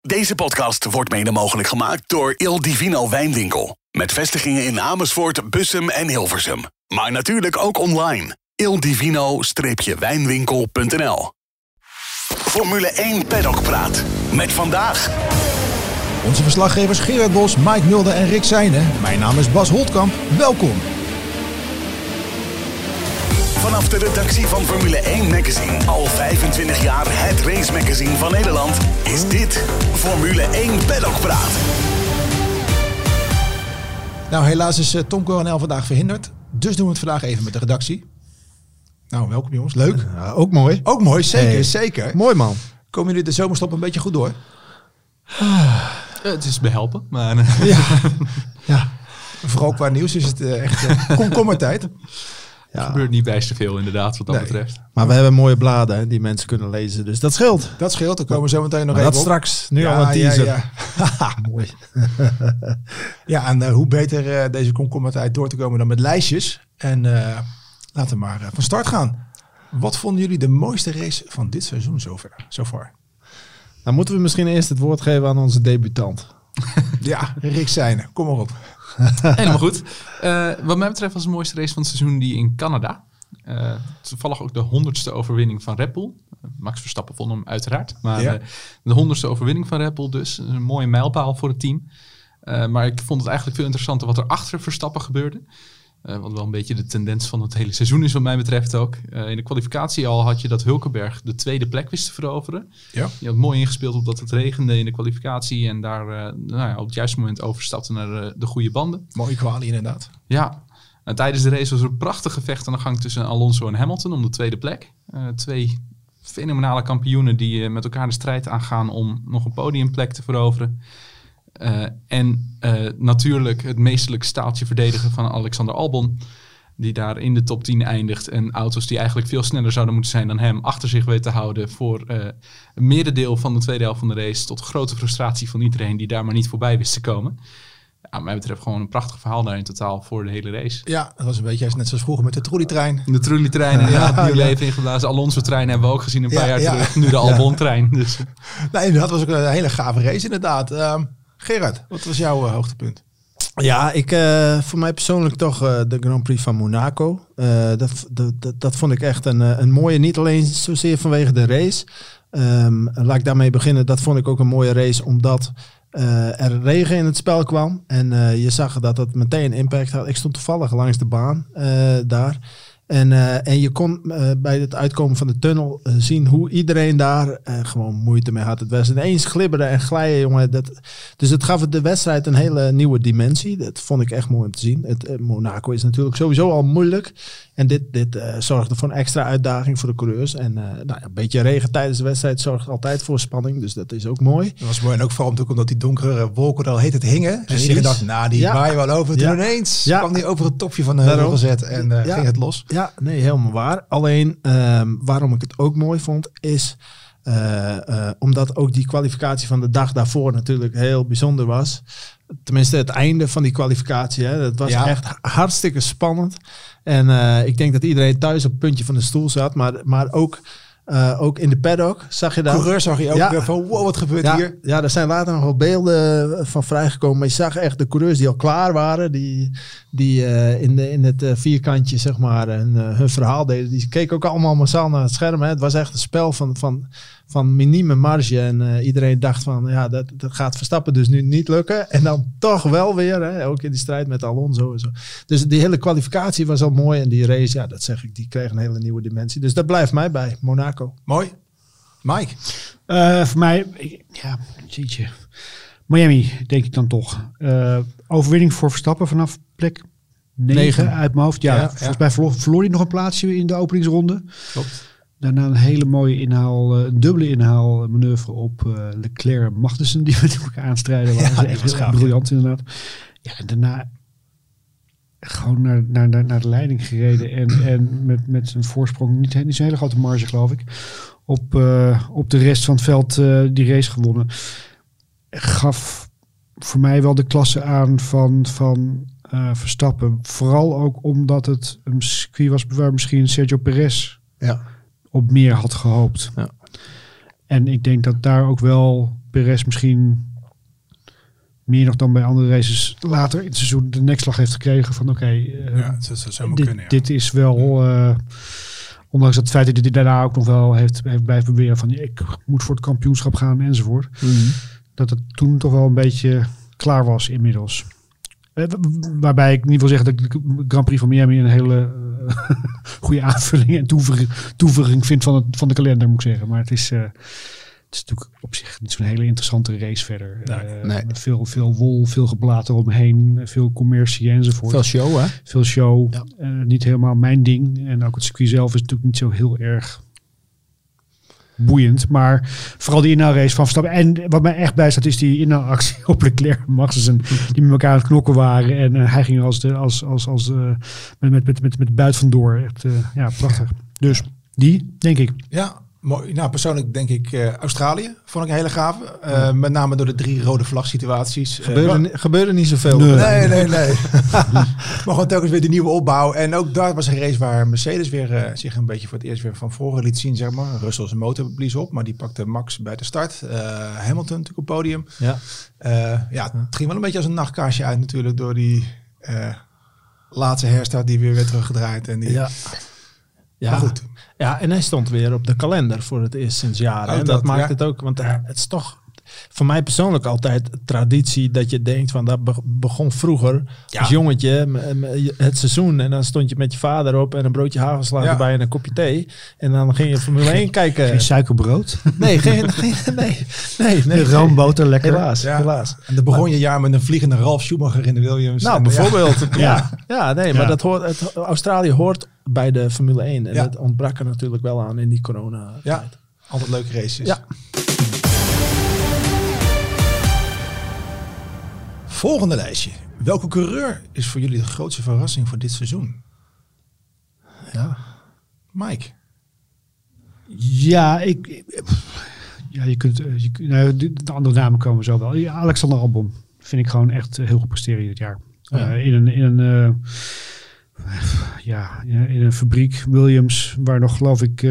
Deze podcast wordt mede mogelijk gemaakt door Il Divino Wijnwinkel. Met vestigingen in Amersfoort, Bussum en Hilversum. Maar natuurlijk ook online. ildivino-wijnwinkel.nl. Formule 1 Paddock Praat. Met vandaag onze verslaggevers Gerard Bos, Mike Mulder en Rick Seijnen. Mijn naam is Bas Holtkamp. Welkom. vanaf de redactie van Formule 1 Magazine. Al 25 jaar het race magazine van Nederland. Is dit Formule 1 Paddock Praat. Nou, helaas is Tom Coronel vandaag verhinderd. Dus doen we het vandaag even met de redactie. Nou, welkom jongens. Leuk. Ook mooi. Ook mooi, zeker, zeker. Mooi man. Komen jullie de zomerstop een beetje goed door? Het is behelpen, maar... Ja. Vooral qua nieuws is het echt komkommertijd. Er gebeurt niet bijster veel inderdaad wat dat betreft. Maar we hebben mooie bladen hè, die mensen kunnen lezen, dus dat scheelt. Dat scheelt, daar komen we zo meteen nog maar even dat op. Straks, nu al een teaser. Ja. Mooi. Ja, en hoe beter deze komkommertijd door te komen dan met lijstjes. En laten we maar van start gaan. Wat vonden jullie de mooiste race van dit seizoen zover? Dan moeten we misschien eerst het woord geven aan onze debutant. Ja, Rick Seijnen, kom maar op. Helemaal goed. Wat mij betreft was de mooiste race van het seizoen die in Canada. Toevallig ook de 100ste overwinning van Red Bull. Max Verstappen vond hem uiteraard. Maar de 100ste overwinning van Red Bull dus. Een mooie mijlpaal voor het team. Maar ik vond het eigenlijk veel interessanter wat er achter Verstappen gebeurde. Wat wel een beetje de tendens van het hele seizoen is wat mij betreft ook. In de kwalificatie al had je dat Hülkenberg de tweede plek wist te veroveren. Ja. Die had mooi ingespeeld op dat het regende in de kwalificatie. En daar op het juiste moment overstapte naar de goede banden. Mooie kwalie inderdaad. Ja. En tijdens de race was er een prachtig gevecht aan de gang tussen Alonso en Hamilton om de tweede plek. Twee fenomenale kampioenen die met elkaar de strijd aangaan om nog een podiumplek te veroveren. Natuurlijk het meesterlijk staaltje verdedigen van Alexander Albon. Die daar in de top 10 eindigt. En auto's die eigenlijk veel sneller zouden moeten zijn dan hem achter zich weet te houden voor een merendeel van de tweede helft van de race. Tot grote frustratie van iedereen die daar maar niet voorbij wist te komen. Ja, wat mij betreft gewoon een prachtig verhaal daar in totaal voor de hele race. Ja, dat was een beetje net zoals vroeger met de trolleytrein. De trolleytrein, nieuw leven ingeblazen. Alonso-trein hebben we ook gezien een paar jaar terug. Nu de Albon-trein. Dus. Nee, dat was ook een hele gave race inderdaad. Gerard, wat was jouw hoogtepunt? Ja, voor mij persoonlijk toch de Grand Prix van Monaco. Dat vond ik echt een mooie, niet alleen zozeer vanwege de race. Laat ik daarmee beginnen. Dat vond ik ook een mooie race, omdat er regen in het spel kwam. En je zag dat het meteen impact had. Ik stond toevallig langs de baan daar. En je kon bij het uitkomen van de tunnel zien hoe iedereen daar gewoon moeite mee had. Het was ineens glibberen en glijden, jongen. Dus het gaf de wedstrijd een hele nieuwe dimensie. Dat vond ik echt mooi om te zien. Monaco is natuurlijk sowieso al moeilijk. En dit zorgde voor een extra uitdaging voor de coureurs. En een beetje regen tijdens de wedstrijd zorgt altijd voor spanning. Dus dat is ook mooi. Dat was mooi. En ook vooral natuurlijk omdat die donkere wolken er al hingen. En iedereen dacht, die waaien wel over. Toen ineens kwam die over het topje van de heuvel gezet en ging het los. Ja, nee, helemaal waar. Alleen waarom ik het ook mooi vond is omdat ook die kwalificatie van de dag daarvoor natuurlijk heel bijzonder was. Tenminste het einde van die kwalificatie. Hè. Dat was echt hartstikke spannend. En ik denk dat iedereen thuis op het puntje van de stoel zat. Maar ook in de paddock zag je dat. Coureur zag je ook van wow, wat gebeurt hier? Ja, er zijn later nog wel beelden van vrijgekomen. Maar je zag echt de coureurs die al klaar waren. Die in het vierkantje zeg maar hun verhaal deden. Die keken ook allemaal massaal naar het scherm. Hè. Het was echt een spel van minieme marge. En iedereen dacht van dat gaat Verstappen dus nu niet lukken. En dan toch wel weer. Hè, ook in die strijd met Alonso en zo. Dus die hele kwalificatie was al mooi. En die race, dat zeg ik, die kreeg een hele nieuwe dimensie. Dus dat blijft mij bij. Monaco. Mooi. Mike? Voor mij, jeetje. Miami, denk ik dan toch. Overwinning voor Verstappen vanaf plek 9 uit mijn hoofd. Volgens mij verloor hij nog een plaatsje in de openingsronde. Klopt. Daarna een hele mooie een dubbele inhaalmanoeuvre op Leclerc en Magnussen, die met elkaar aanstrijden waren. Ja, echt briljant inderdaad. Ja, en daarna gewoon naar de leiding gereden en met zijn voorsprong, niet zo'n hele grote marge geloof ik, op de rest van het veld die race gewonnen. Gaf voor mij wel de klasse aan van Verstappen. Vooral ook omdat het een circuit was waar misschien Sergio Perez op meer had gehoopt. Ja. En ik denk dat daar ook wel Perez misschien meer nog dan bij andere races later in het seizoen de nekslag heeft gekregen van dat zou maar kunnen. Ja. Dit is wel, ondanks het feit dat hij daarna ook nog wel heeft blijven proberen van ik moet voor het kampioenschap gaan enzovoort. Dat het toen toch wel een beetje klaar was inmiddels. Waarbij ik niet wil zeggen dat ik de Grand Prix van Miami een hele goede aanvulling en toevoeging vind van de kalender, moet ik zeggen. Maar het is natuurlijk op zich niet zo'n hele interessante race verder. Nee. Veel wol, veel geblater omheen, veel commercie enzovoort. Veel show, hè? Veel show. Ja. Niet helemaal mijn ding. En ook het circuit zelf is natuurlijk niet zo heel erg boeiend. Maar vooral die inhaalrace van Verstappen. En wat mij echt bij staat is die inhaalactie op Leclerc en Magnussen. Die met elkaar aan het knokken waren. En hij ging met de buit vandoor. Echt, prachtig. Dus die, denk ik. Ja, mooi. Nou, persoonlijk denk ik Australië. Vond ik een hele gave. Met name door de 3 rode vlag situaties. Gebeurde niet zoveel. Nee. Maar gewoon telkens weer de nieuwe opbouw. En ook daar was een race waar Mercedes weer zich een beetje voor het eerst weer van voren liet zien, zeg maar. Russell zijn motor blies op, maar die pakte Max bij de start. Hamilton natuurlijk op podium. Ja. Het ging wel een beetje als een nachtkaarsje uit natuurlijk door die laatste herstart die weer werd teruggedraaid. En die... Ja. Maar goed. Ja, en hij stond weer op de kalender voor het eerst sinds jaren. En dat maakt het ook, want het is toch voor mij persoonlijk altijd traditie dat je denkt van dat begon vroeger als jongetje het seizoen en dan stond je met je vader op en een broodje hagelslag erbij en een kopje thee en dan ging je Formule 1 kijken. Geen suikerbrood? Nee. Roomboter, lekker. Helaas. En dan begon je jaar met een vliegende Ralf Schumacher in de Williams. Nou, bijvoorbeeld. Maar dat hoort, Australië hoort bij de Formule 1 en dat ontbrak er natuurlijk wel aan in die corona. Ja, altijd leuke races. Ja. Volgende lijstje. Welke coureur is voor jullie de grootste verrassing voor dit seizoen? Ja. Mike. Ja, je kunt de andere namen komen zo wel. Ja, Alexander Albon vind ik gewoon echt heel goed presteren dit jaar. In een fabriek Williams waar nog geloof ik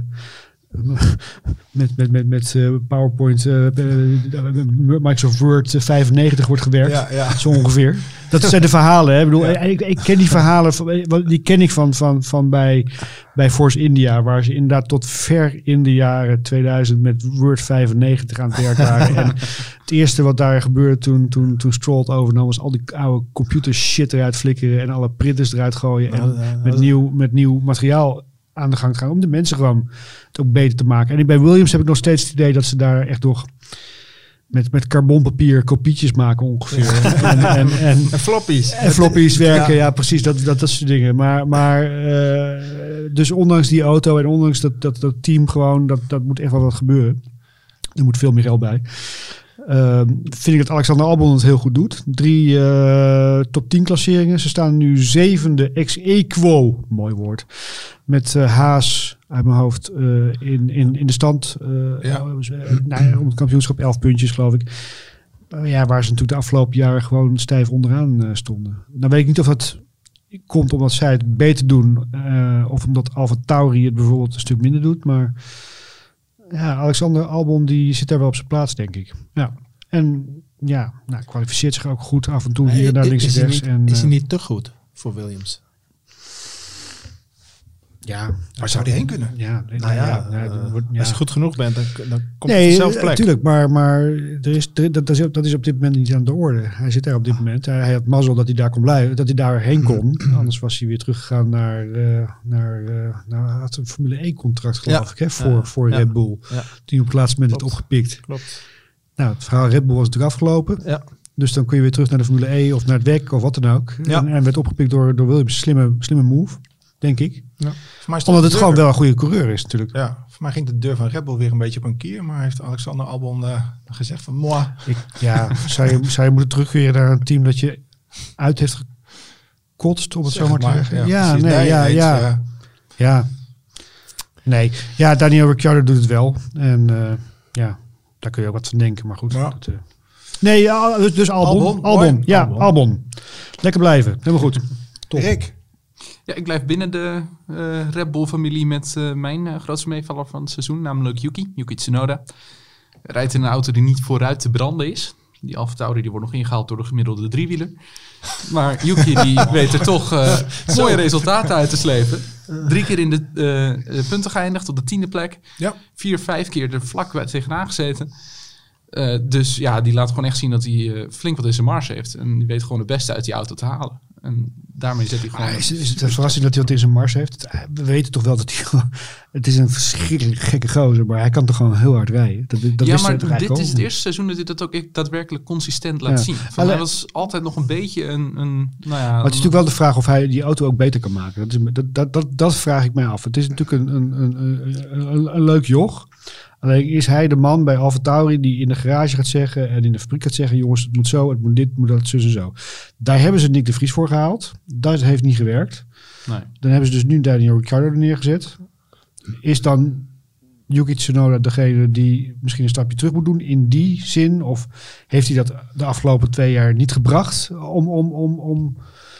met PowerPoint, Microsoft Word 95 wordt gewerkt. Ja. Zo ongeveer. Dat zijn de verhalen. Hè. Ik bedoel, ik ken die verhalen, die ken ik van bij Force India, waar ze inderdaad tot ver in de jaren 2000 met Word 95 aan het werk waren. En het eerste wat daar gebeurde toen Stroll overnam, was al die oude computer shit eruit flikkeren en alle printers eruit gooien en met nieuw materiaal aan de gang te gaan om de mensen gewoon het ook beter te maken. En bij Williams heb ik nog steeds het idee dat ze daar echt nog met carbonpapier kopietjes maken ongeveer. En floppies. En floppies werken, ja precies, dat soort dingen. Maar dus ondanks die auto en ondanks dat team gewoon, dat moet echt wel wat gebeuren. Er moet veel meer geld bij. Vind ik dat Alexander Albon het heel goed doet. 3 top 10 klasseringen. Ze staan nu 7e ex equo, mooi woord, met Haas uit mijn hoofd in de stand. Om het kampioenschap 11 puntjes geloof ik. Waar ze natuurlijk de afgelopen jaren gewoon stijf onderaan stonden. Nou weet ik niet of dat komt omdat zij het beter doen of omdat AlphaTauri het bijvoorbeeld een stuk minder doet, maar ja, Alexander Albon die zit daar wel op zijn plaats, denk ik. Ja. En kwalificeert zich ook goed af en toe hier naar links en rechts. Is hij niet te goed voor Williams? Ja. Waar zou hij heen kunnen? Als je goed genoeg bent, dan komt het vanzelf plek. Natuurlijk, maar dat is op dit moment niet aan de orde. Hij zit daar op dit moment. Hij had mazzel dat hij daar kon blijven, dat hij daarheen kon. Anders was hij weer teruggegaan naar het Formule 1 contract, geloof ik, voor Red Bull. Ja. Die op het laatste moment het opgepikt. Klopt. Nou, het verhaal Red Bull was natuurlijk afgelopen. Ja. Dus dan kun je weer terug naar de Formule E of naar het WEC of wat dan ook. Ja. En werd opgepikt door Williams. Slimme move, denk ik. Ja. Omdat het gewoon wel een goede coureur is natuurlijk. Ja, voor mij ging de deur van Red Bull weer een beetje op een kier. Maar heeft Alexander Albon gezegd van moi. Zou je moeten terugkeren naar een team dat je uit heeft gekotst, om het zo maar te zeggen. Ja, Daniel Ricciardo doet het wel. En daar kun je ook wat van denken. Maar goed. Ja. Dus Albon. Albon. Lekker blijven. Helemaal goed. Top. Rick. Ja, ik blijf binnen de Red Bull-familie met mijn grootste meevaller van het seizoen, namelijk Yuki Tsunoda. Rijdt in een auto die niet vooruit te branden is. Die AlphaTauri die wordt nog ingehaald door de gemiddelde driewieler. Maar Yuki die weet er toch mooie resultaten uit te slepen. 3 keer in de punten geëindigd op de 10e plek. Ja. 4-5 keer er vlak tegenaan gezeten. Dus ja, die laat gewoon echt zien dat hij flink wat in zijn mars heeft. En die weet gewoon het beste uit die auto te halen. En daarmee zet hij gewoon... Is het een verrassing dat hij wat in zijn mars heeft? We weten toch wel dat hij gewoon... Het is een verschrikkelijk gekke gozer, maar hij kan toch gewoon heel hard rijden. Ja, maar dit is het eerste seizoen dat hij dat ook daadwerkelijk consistent laat zien. Van hij was altijd nog een beetje een maar het is natuurlijk wel de vraag of hij die auto ook beter kan maken. Dat vraag ik mij af. Het is natuurlijk een leuk joch. Alleen is hij de man bij AlphaTauri die in de garage gaat zeggen en in de fabriek gaat zeggen, jongens, het moet zo, het moet dit, moet dat, zo en zo. Daar hebben ze Nick de Vries voor gehaald. Dat heeft niet gewerkt. Nee. Dan hebben ze dus nu Daniel Ricciardo er neergezet. Is dan Yuki Tsunoda degene die misschien een stapje terug moet doen in die zin? Of heeft hij dat de afgelopen 2 jaar niet gebracht om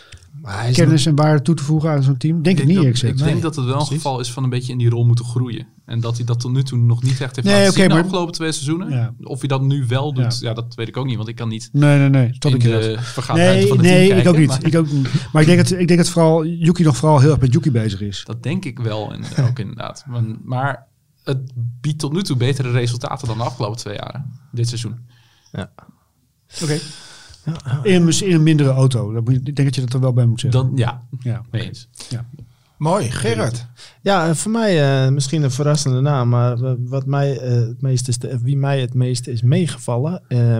kennis en waarde toe te voegen aan zo'n team? Denk ik niet. Ik denk dat het wel een geval is van een beetje in die rol moeten groeien. En dat hij dat tot nu toe nog niet echt heeft laten zien de afgelopen 2 seizoenen. Ja. Of hij dat nu wel doet, dat weet ik ook niet. Want ik kan niet Nee. in de vergaderheid van het team kijken. Ik ook niet. Maar ik denk dat vooral Yuki nog vooral heel erg met Yuki bezig is. Dat denk ik wel ook inderdaad. Maar het biedt tot nu toe betere resultaten dan de afgelopen 2 jaren. Dit seizoen. Ja. Oké. Ja. In een mindere auto. Ik denk dat je dat er wel bij moet zeggen. Mee eens. Ja. Mooi, Gerard. Ja, voor mij misschien een verrassende naam, maar wat mij wie mij het meest is meegevallen,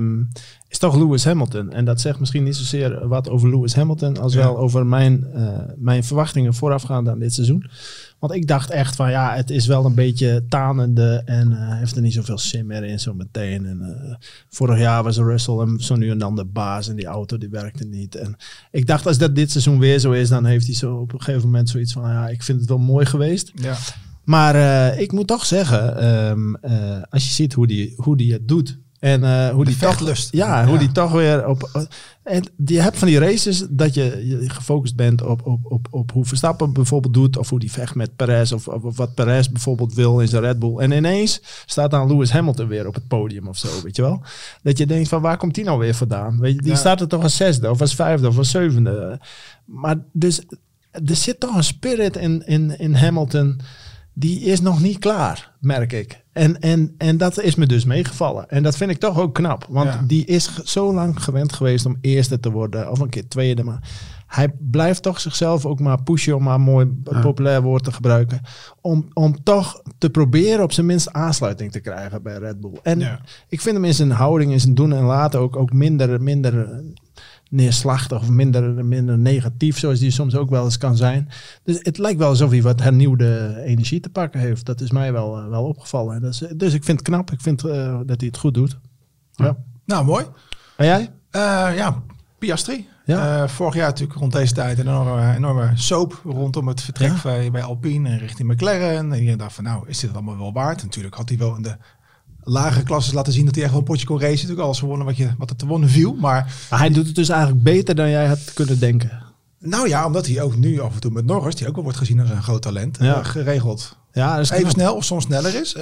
is toch Lewis Hamilton. En dat zegt misschien niet zozeer wat over Lewis Hamilton, als wel over mijn verwachtingen voorafgaand aan dit seizoen. Want ik dacht echt van het is wel een beetje tanende en heeft er niet zoveel sim meer in zo meteen. En vorig jaar was Russell en zo nu en dan de baas en die auto die werkte niet. En ik dacht als dat dit seizoen weer zo is, dan heeft hij zo op een gegeven moment zoiets van ik vind het wel mooi geweest. Ja. Maar ik moet toch zeggen, als je ziet hoe die het doet. En hoe die vechtlust. Hoe die toch weer op. En je hebt van die races dat je gefocust bent op hoe Verstappen bijvoorbeeld doet. Of hoe die vecht met Perez. Of wat Perez bijvoorbeeld wil in zijn Red Bull. En ineens staat dan Lewis Hamilton weer op het podium of zo. Weet je wel? Dat je denkt van waar komt die nou weer vandaan? Weet je, die staat er toch als 6e of als 5e of als 7e. Maar dus er zit toch een spirit in Hamilton. Die is nog niet klaar, merk ik. En dat is me dus meegevallen. En dat vind ik toch ook knap. Want die is zo lang gewend geweest om eerste te worden. Of een keer tweede. Maar hij blijft toch zichzelf ook maar pushen. Om maar een mooi populair woord te gebruiken. Om toch te proberen op zijn minst aansluiting te krijgen bij Red Bull. En ik vind hem in zijn houding, in zijn doen en laten ook minder neerslachtig of minder negatief, zoals die soms ook wel eens kan zijn. Dus het lijkt wel alsof hij wat hernieuwde energie te pakken heeft. Dat is mij wel opgevallen. Dus ik vind het knap. Ik vind dat hij het goed doet. Ja. Nou, mooi. En jij? Piastri. Ja. Vorig jaar natuurlijk rond deze tijd een enorme soap rondom het vertrek bij Alpine en richting McLaren. En je dacht van is dit allemaal wel waard? Natuurlijk had hij wel in de lagere klasses laten zien dat hij echt wel een potje kon racen. Natuurlijk alles gewonnen wat er te wonnen viel. Maar hij doet het dus eigenlijk beter dan jij had kunnen denken. Nou ja, omdat hij ook nu af en toe met Norris, die ook wel wordt gezien als een groot talent, geregeld. Ja, dus even snel of soms sneller is.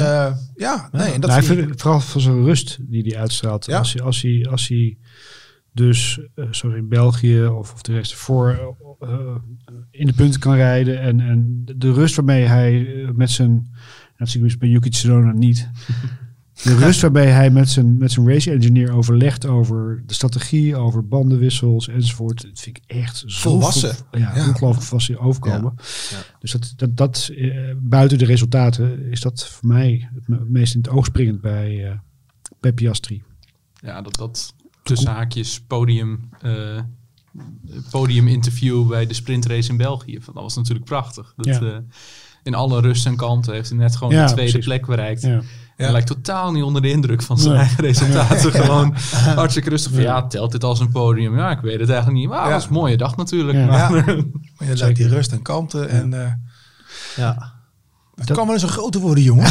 En dat vooral van zijn rust die hij uitstraalt. Ja. Als hij dus zoals in België of de rest voor in de punten kan rijden en de rust waarmee hij met zijn, dat zie ik dus bij Yuki Tsunoda niet. De rust waarbij hij met zijn race engineer overlegt over de strategie, over bandenwissels enzovoort. Dat vind ik echt zo volwassen. Ongelooflijk volwassen overkomen. Ja. Dus dat buiten de resultaten is dat voor mij het meest in het oog springend bij Piastri. Ja, dat tussen haakjes podium interview bij de sprintrace in België. Dat was natuurlijk prachtig. In alle rust en kalmte heeft hij net gewoon de tweede plek bereikt. Ja. Hij lijkt totaal niet onder de indruk van zijn eigen resultaten. Gewoon hartstikke rustig van telt dit als een podium? Ja, ik weet het eigenlijk niet. Maar dat was een mooie dag natuurlijk. Ja. Maar je lijkt die rust en kalmte. En het kan wel eens een grote worden, jongen.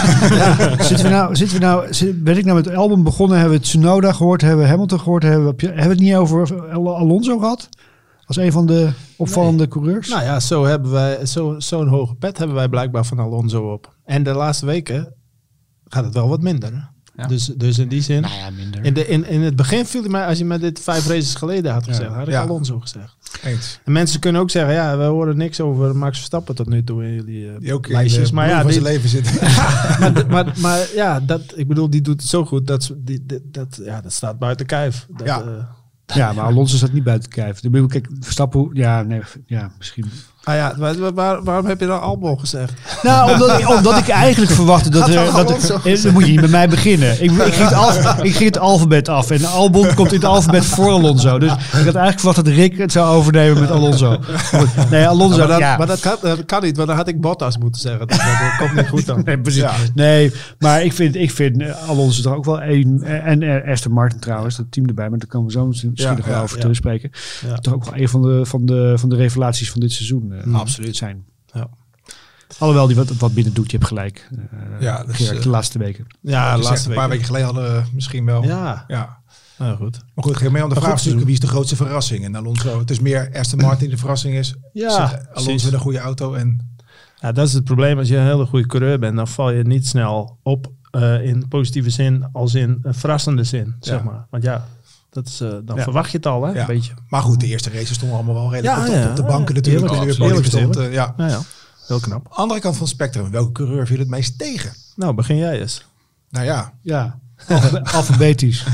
Ben ik nou met het album begonnen? Hebben we Tsunoda gehoord? Hebben we Hamilton gehoord? Hebben we het niet over Alonso gehad? Als een van de opvallende coureurs? Nou ja, zo hebben wij zo'n hoge pet hebben wij blijkbaar van Alonso op. En de laatste weken gaat het wel wat minder. Hè? Ja. Dus in die zin... Nou ja, minder. In het begin viel het mij, als je me dit 5 races geleden had gezegd, had ik Alonso gezegd. Eens. En mensen kunnen ook zeggen, ja, we horen niks over Max Verstappen tot nu toe in jullie Die ook lijstjes. in de van zijn leven zit. maar ja, ik bedoel, die doet het zo goed, dat staat buiten kijf. Ja, maar Alonso staat niet buiten kijf. Kijk, Verstappen, misschien. Ah ja, waarom heb je dan Albon gezegd? Nou, omdat ik eigenlijk verwachtte dat dan moet je niet met mij beginnen. Ik ging het alfabet af en Albon komt in het alfabet voor Alonso. Dus ik had eigenlijk verwacht dat Rick het zou overnemen met Alonso. Nee, Alonso. Maar dat kan niet, want dan had ik Bottas moeten zeggen. Dat komt niet goed dan. Nee, precies. Ja. Nee, maar ik vind Alonso toch ook wel één. En Aston Martin trouwens, dat team erbij. Maar daar komen we zo misschien nog wel over te spreken. Ja. Toch ook wel een van de revelaties van dit seizoen. Absoluut zijn. Ja. Alhoewel die wat binnen doet, je hebt gelijk. De laatste weken. Ja, de laatste een paar weken geleden hadden we misschien wel. Ja. Nou, goed. Maar goed, het ging mee om de vraag natuurlijk, wie is de grootste verrassing? En Alonso, het is meer Aston Martin de verrassing is. Ja, Alonso met een goede auto. Ja, dat is het probleem. Als je een hele goede coureur bent, dan val je niet snel op in positieve zin als in een verrassende zin, zeg maar. Want dat is, dan verwacht je het al, hè? Een beetje. Maar goed, de eerste races stonden allemaal wel redelijk op de banken natuurlijk. Heerlijk stond. Heel knap. Andere kant van het spectrum, welke coureur viel het meest tegen? Nou, begin jij eens. Nou ja. Ja, alfabetisch.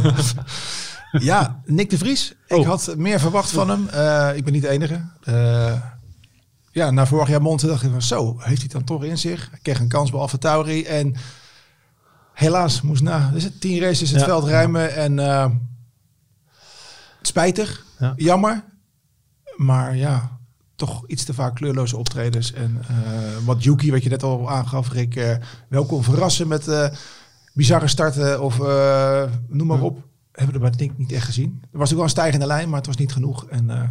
Ja, Nick de Vries. Ik had meer verwacht van hem. Ik ben niet de enige. Na vorig jaar Monza dacht ik van zo, heeft hij het dan toch in zich? Hij kreeg een kans bij AlphaTauri en helaas moest 10 races het veld ruimen en spijtig, jammer. Maar ja, toch iets te vaak kleurloze optredens. En wat Yuki, wat je net al aangaf, Rick, wel kon verrassen met bizarre starten of noem maar op. Hebben we dat denk ik niet echt gezien. Er was ook wel een stijgende lijn, maar het was niet genoeg. En,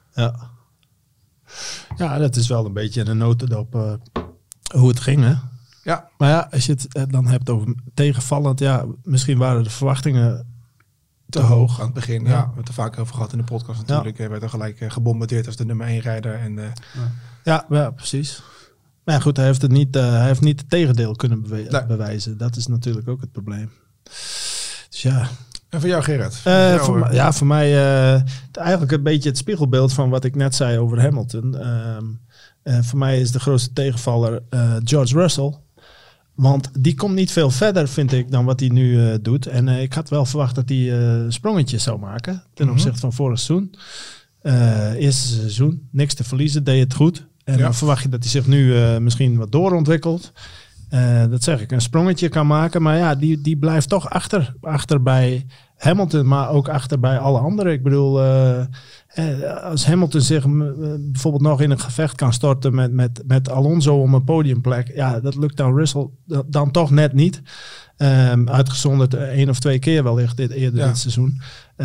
Ja, dat is wel een beetje een notendop hoe het ging, hè? Ja. Maar ja, als je het dan hebt over tegenvallend, misschien waren de verwachtingen te hoog aan het begin. Ja, we hebben het er vaak over gehad in de podcast natuurlijk. Hij werd er gelijk gebombardeerd als de nummer 1 rijder. En, ja, precies. Maar ja, goed, hij heeft niet het tegendeel kunnen bewijzen. Dat is natuurlijk ook het probleem. Dus ja. En voor jou, Gerard? Voor mij eigenlijk een beetje het spiegelbeeld van wat ik net zei over Hamilton. Voor mij is de grootste tegenvaller George Russell. Want die komt niet veel verder, vind ik, dan wat hij nu doet. En ik had wel verwacht dat hij sprongetjes zou maken ten opzichte van vorig seizoen. Eerste seizoen, niks te verliezen, deed het goed. En dan verwacht je dat hij zich nu misschien wat doorontwikkelt. Dat zeg ik, een sprongetje kan maken. Maar ja, die blijft toch achter bij Hamilton, maar ook achter bij alle anderen. Ik bedoel, als Hamilton zich bijvoorbeeld nog in een gevecht kan storten met Alonso om een podiumplek. Ja, dat lukt dan Russell dan toch net niet. Uitgezonderd 1 of 2 keer wellicht dit seizoen.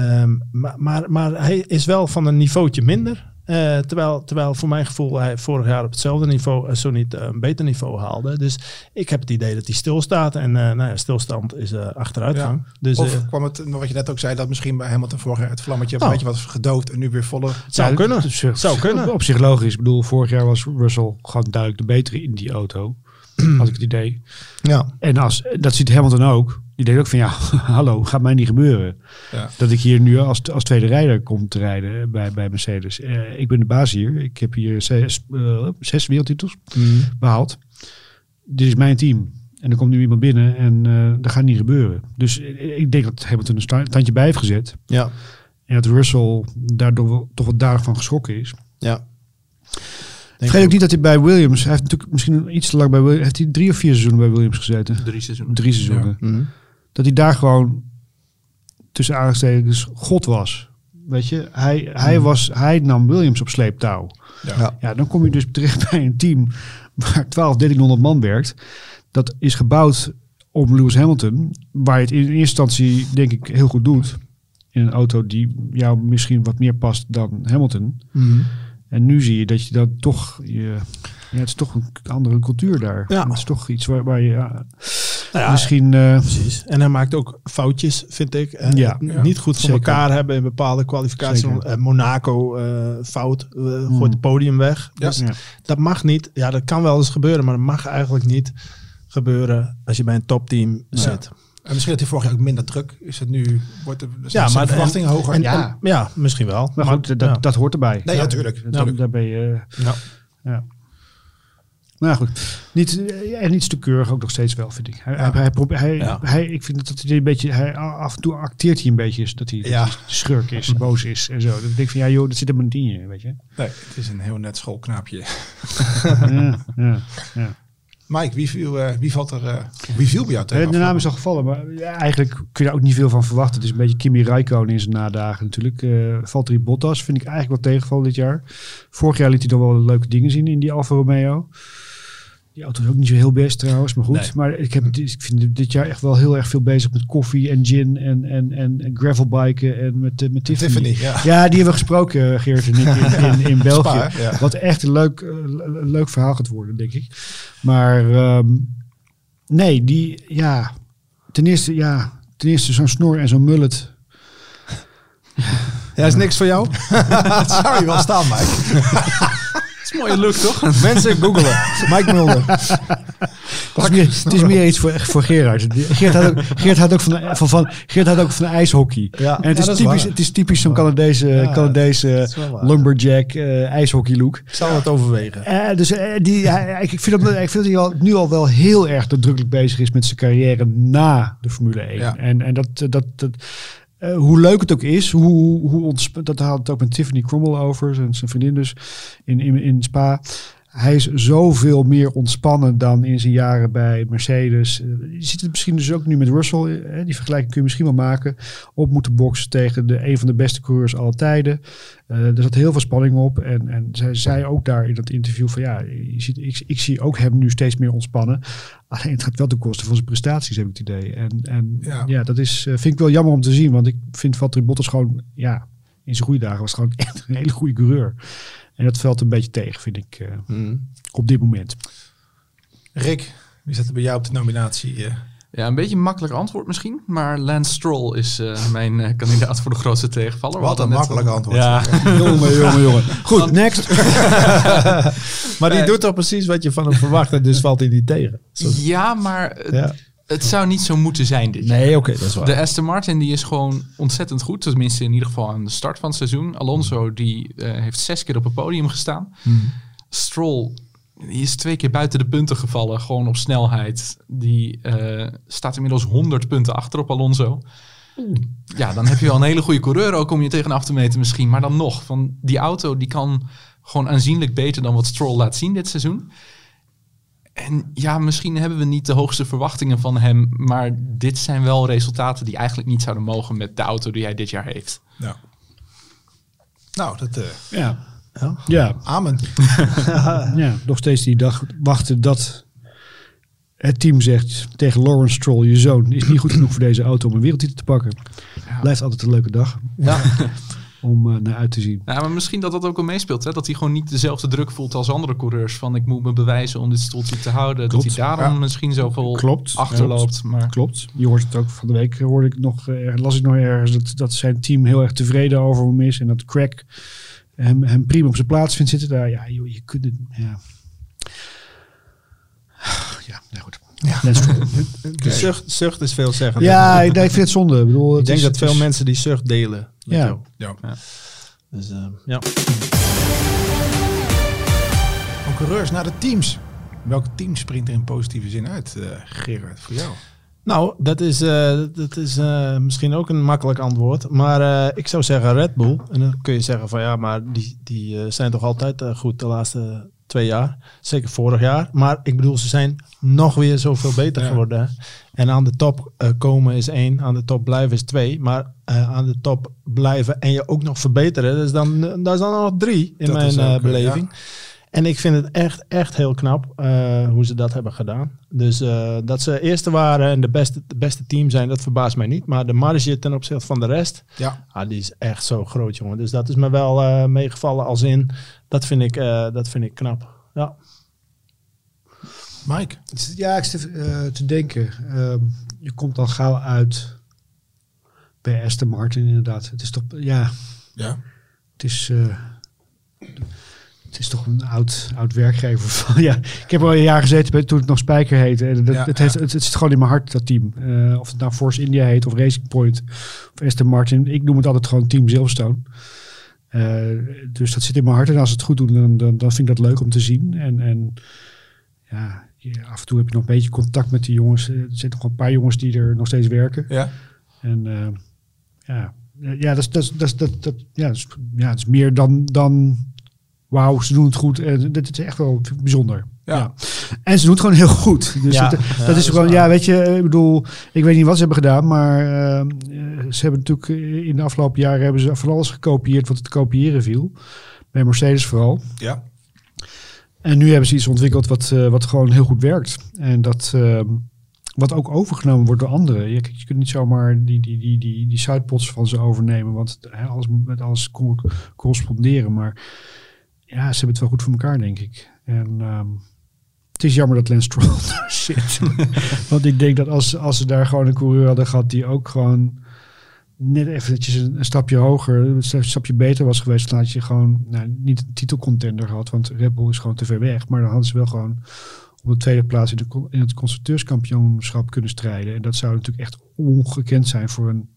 Maar hij is wel van een niveautje minder. Terwijl voor mijn gevoel hij vorig jaar op hetzelfde niveau, zo niet een beter niveau haalde. Dus ik heb het idee dat hij stilstaat. En stilstand is achteruitgang. Ja. Dus, of kwam het, wat je net ook zei, dat misschien bij Hamilton vorig jaar het vlammetje een beetje was gedoofd en nu weer volle... Zou kunnen. Op zich logisch. Ik bedoel, vorig jaar was Russell gewoon duidelijk de betere in die auto. Had ik het idee. Ja. En dat ziet Hamilton ook. Die denkt ook van hallo, gaat mij niet gebeuren. Ja. Dat ik hier nu als tweede rijder kom te rijden bij Mercedes. Ik ben de baas hier. Ik heb hier 6 wereldtitels behaald. Dit is mijn team. En er komt nu iemand binnen en dat gaat niet gebeuren. Dus ik denk dat Hamilton een tandje bij heeft gezet. Ja. En dat Russell daardoor toch wat duidelijk van geschrokken is. Ja. Vergeet ook niet dat hij bij Williams, hij heeft natuurlijk misschien iets te lang bij Williams, heeft hij 3 of 4 seizoenen bij Williams gezeten? 3 seizoenen. 3 seizoenen. Ja. Mm-hmm. Dat hij daar gewoon tussen aanstekens God was. Weet je, hij nam Williams op sleeptouw. Ja, dan kom je dus terecht bij een team waar 1300 man werkt. Dat is gebouwd om Lewis Hamilton, waar je het in eerste instantie denk ik heel goed doet. In een auto die jou misschien wat meer past dan Hamilton. Mm-hmm. En nu zie je dat je dat toch... het is toch een andere cultuur daar. Ja. Het is toch iets waar je... Misschien... Precies. En hij maakt ook foutjes, vind ik. Niet goed voor elkaar hebben in bepaalde kwalificaties. Monaco fout, gooit het podium weg. Dus dat mag niet. Ja, dat kan wel eens gebeuren, maar dat mag eigenlijk niet gebeuren als je bij een topteam zit. En misschien dat hij vorig jaar ook minder druk is. Het nu wordt de verwachtingen hoger. Ja, misschien wel. Maar goed, dat hoort erbij. Nee, natuurlijk. Daar ben je... Ja. Nou goed, niet te keurig ook nog steeds wel, vind ik. Ik vind dat hij een beetje, af en toe acteert hij een beetje dat hij schurk is, boos is en zo. Dan denk ik van, dat zit helemaal niet in je, weet je. Nee, het is een heel net schoolknaapje. Ja. Mike, wie viel bij jou tegen? De naam is al gevallen, maar eigenlijk kun je daar ook niet veel van verwachten. Het is een beetje Kimi Räikkönen in zijn nadagen natuurlijk. Valtteri Bottas vind ik eigenlijk wel tegenvallen dit jaar. Vorig jaar liet hij dan wel leuke dingen zien in die Alfa Romeo. Die auto is ook niet zo heel best trouwens, maar goed. Nee. Maar ik vind dit jaar echt wel heel erg veel bezig met koffie en gin en gravelbiken en met Tiffany. Ja, die hebben we gesproken, Geert en ik, in België. Spa, wat echt een leuk verhaal gaat worden, denk ik. Maar ten eerste zo'n snor en zo'n mullet. Ja, is niks voor jou? Dat zou je wel staan, Mike. Dat is een mooie look, toch? Mensen googelen. Mike Mulder. Het is meer iets voor Gerard. Geert had ook van ijshockey. Ja, en het is typisch zo'n Canadese lumberjack ijshockey look. Ik zal het overwegen. Ik vind dat hij nu al wel heel erg nadrukkelijk bezig is met zijn carrière na de Formule 1. Ja. En dat hoe leuk het ook is, dat had het ook met Tiffany Cromwell over, zijn vriendin dus, in Spa. Hij is zoveel meer ontspannen dan in zijn jaren bij Mercedes. Je ziet het misschien dus ook nu met Russell. Die vergelijking kun je misschien wel maken. Op moeten boksen tegen een van de beste coureurs aller tijden. Er zat heel veel spanning op. En zij zei ook daar in dat interview van ik zie ook hem nu steeds meer ontspannen. Alleen het gaat wel ten koste van zijn prestaties, heb ik het idee. En dat is, vind ik wel jammer om te zien. Want ik vind Valtteri Bottas gewoon, in zijn goede dagen was het gewoon echt een hele goede coureur. En dat valt een beetje tegen, vind ik, op dit moment. Rick, wie zit er bij jou op de nominatie? Ja, een beetje een makkelijk antwoord misschien. Maar Lance Stroll is mijn kandidaat voor de grootste tegenvaller. Wat een makkelijk antwoord. Ja. Jongen. Goed, next. Maar die doet toch precies wat je van hem verwacht en dus valt hij niet tegen. Ja, maar het zou niet zo moeten zijn dit jaar. Nee, oké, dat is waar. De Aston Martin die is gewoon ontzettend goed. Tenminste in ieder geval aan de start van het seizoen. Alonso die heeft 6 keer op het podium gestaan. Stroll die is 2 keer buiten de punten gevallen. Gewoon op snelheid. Die staat inmiddels 100 punten achter op Alonso. Ja, dan heb je wel een hele goede coureur ook om je tegenaf te meten misschien. Maar dan nog, van die auto die kan gewoon aanzienlijk beter dan wat Stroll laat zien dit seizoen. En ja, misschien hebben we niet de hoogste verwachtingen van hem. Maar dit zijn wel resultaten die eigenlijk niet zouden mogen met de auto die hij dit jaar heeft. Ja. Nou, dat... Ja. Amen. Nog steeds die dag wachten dat het team zegt tegen Lawrence Stroll, je zoon is niet goed genoeg voor deze auto om een wereldtitel te pakken. Blijft altijd een leuke dag. Ja. Om naar uit te zien. Ja, maar misschien dat ook al meespeelt. Hè? Dat hij gewoon niet dezelfde druk voelt als andere coureurs. Van ik moet me bewijzen om dit stoeltje te houden. Klopt. Dat hij daarom misschien zoveel achterloopt. Maar... Klopt. Je hoort het ook van de week. Las ik nog ergens dat zijn team heel erg tevreden over hem is. En dat Craig hem prima op zijn plaats vindt zitten. Daar, je kunt het... Goed. Ja. De zucht is veel zeggen. Ja, ik vind het zonde. Ik denk dat veel mensen die zucht delen. Ja. Dus, Van coureurs naar de teams. Welke team springt er in positieve zin uit, Gerard, voor jou? Nou, dat is misschien ook een makkelijk antwoord. Maar ik zou zeggen Red Bull. En dan kun je zeggen van maar die zijn toch altijd goed de laatste 2 jaar. Zeker vorig jaar. Maar ik bedoel, ze zijn nog weer zoveel beter geworden. En aan de top komen is 1. Aan de top blijven is 2. Maar aan de top blijven en je ook nog verbeteren. Dus dat is dan nog 3 in dat mijn beleving. Ja. En ik vind het echt heel knap hoe ze dat hebben gedaan. Dus dat ze eerste waren en de beste team zijn, dat verbaast mij niet. Maar de marge ten opzichte van de rest, die is echt zo groot, jongen. Dus dat is me wel meegevallen als in, dat vind ik knap. Ja. Mike? Ja, ik zit te denken. Je komt al gauw uit bij Aston Martin inderdaad. Het is toch, Ja. Het is toch een oud werkgever van. Ja, ik heb al een jaar gezeten toen het nog Spijker heette. En het zit gewoon in mijn hart, dat team. Of het nou Force India heet of Racing Point of Aston Martin. Ik noem het altijd gewoon Team Silverstone. Dus dat zit in mijn hart. En als ze het goed doen, dan vind ik dat leuk om te zien. En af en toe heb je nog een beetje contact met die jongens. Er zitten nog een paar jongens die er nog steeds werken. Ja. En dat is meer dan wauw, ze doen het goed. En dat is echt wel bijzonder. Ja. En ze doen het gewoon heel goed. Dus dat is gewoon, weet je, ik bedoel, ik weet niet wat ze hebben gedaan, maar ze hebben natuurlijk in de afgelopen jaren hebben ze van alles gekopieerd wat het kopiëren viel. Bij Mercedes vooral. Ja. En nu hebben ze iets ontwikkeld wat gewoon heel goed werkt. En dat wat ook overgenomen wordt door anderen. Je kunt niet zomaar die sidepods van ze overnemen, want alles moet met alles corresponderen. Maar ja, ze hebben het wel goed voor elkaar, denk ik. En het is jammer dat Lance Stroll daar zit. Want ik denk dat als ze daar gewoon een coureur hadden gehad die ook gewoon net eventjes een stapje hoger, een stapje beter was geweest, dan had je gewoon niet een titelcontender gehad, want Red Bull is gewoon te ver weg. Maar dan hadden ze wel gewoon op de tweede plaats in het constructeurskampioenschap kunnen strijden. En dat zou natuurlijk echt ongekend zijn voor een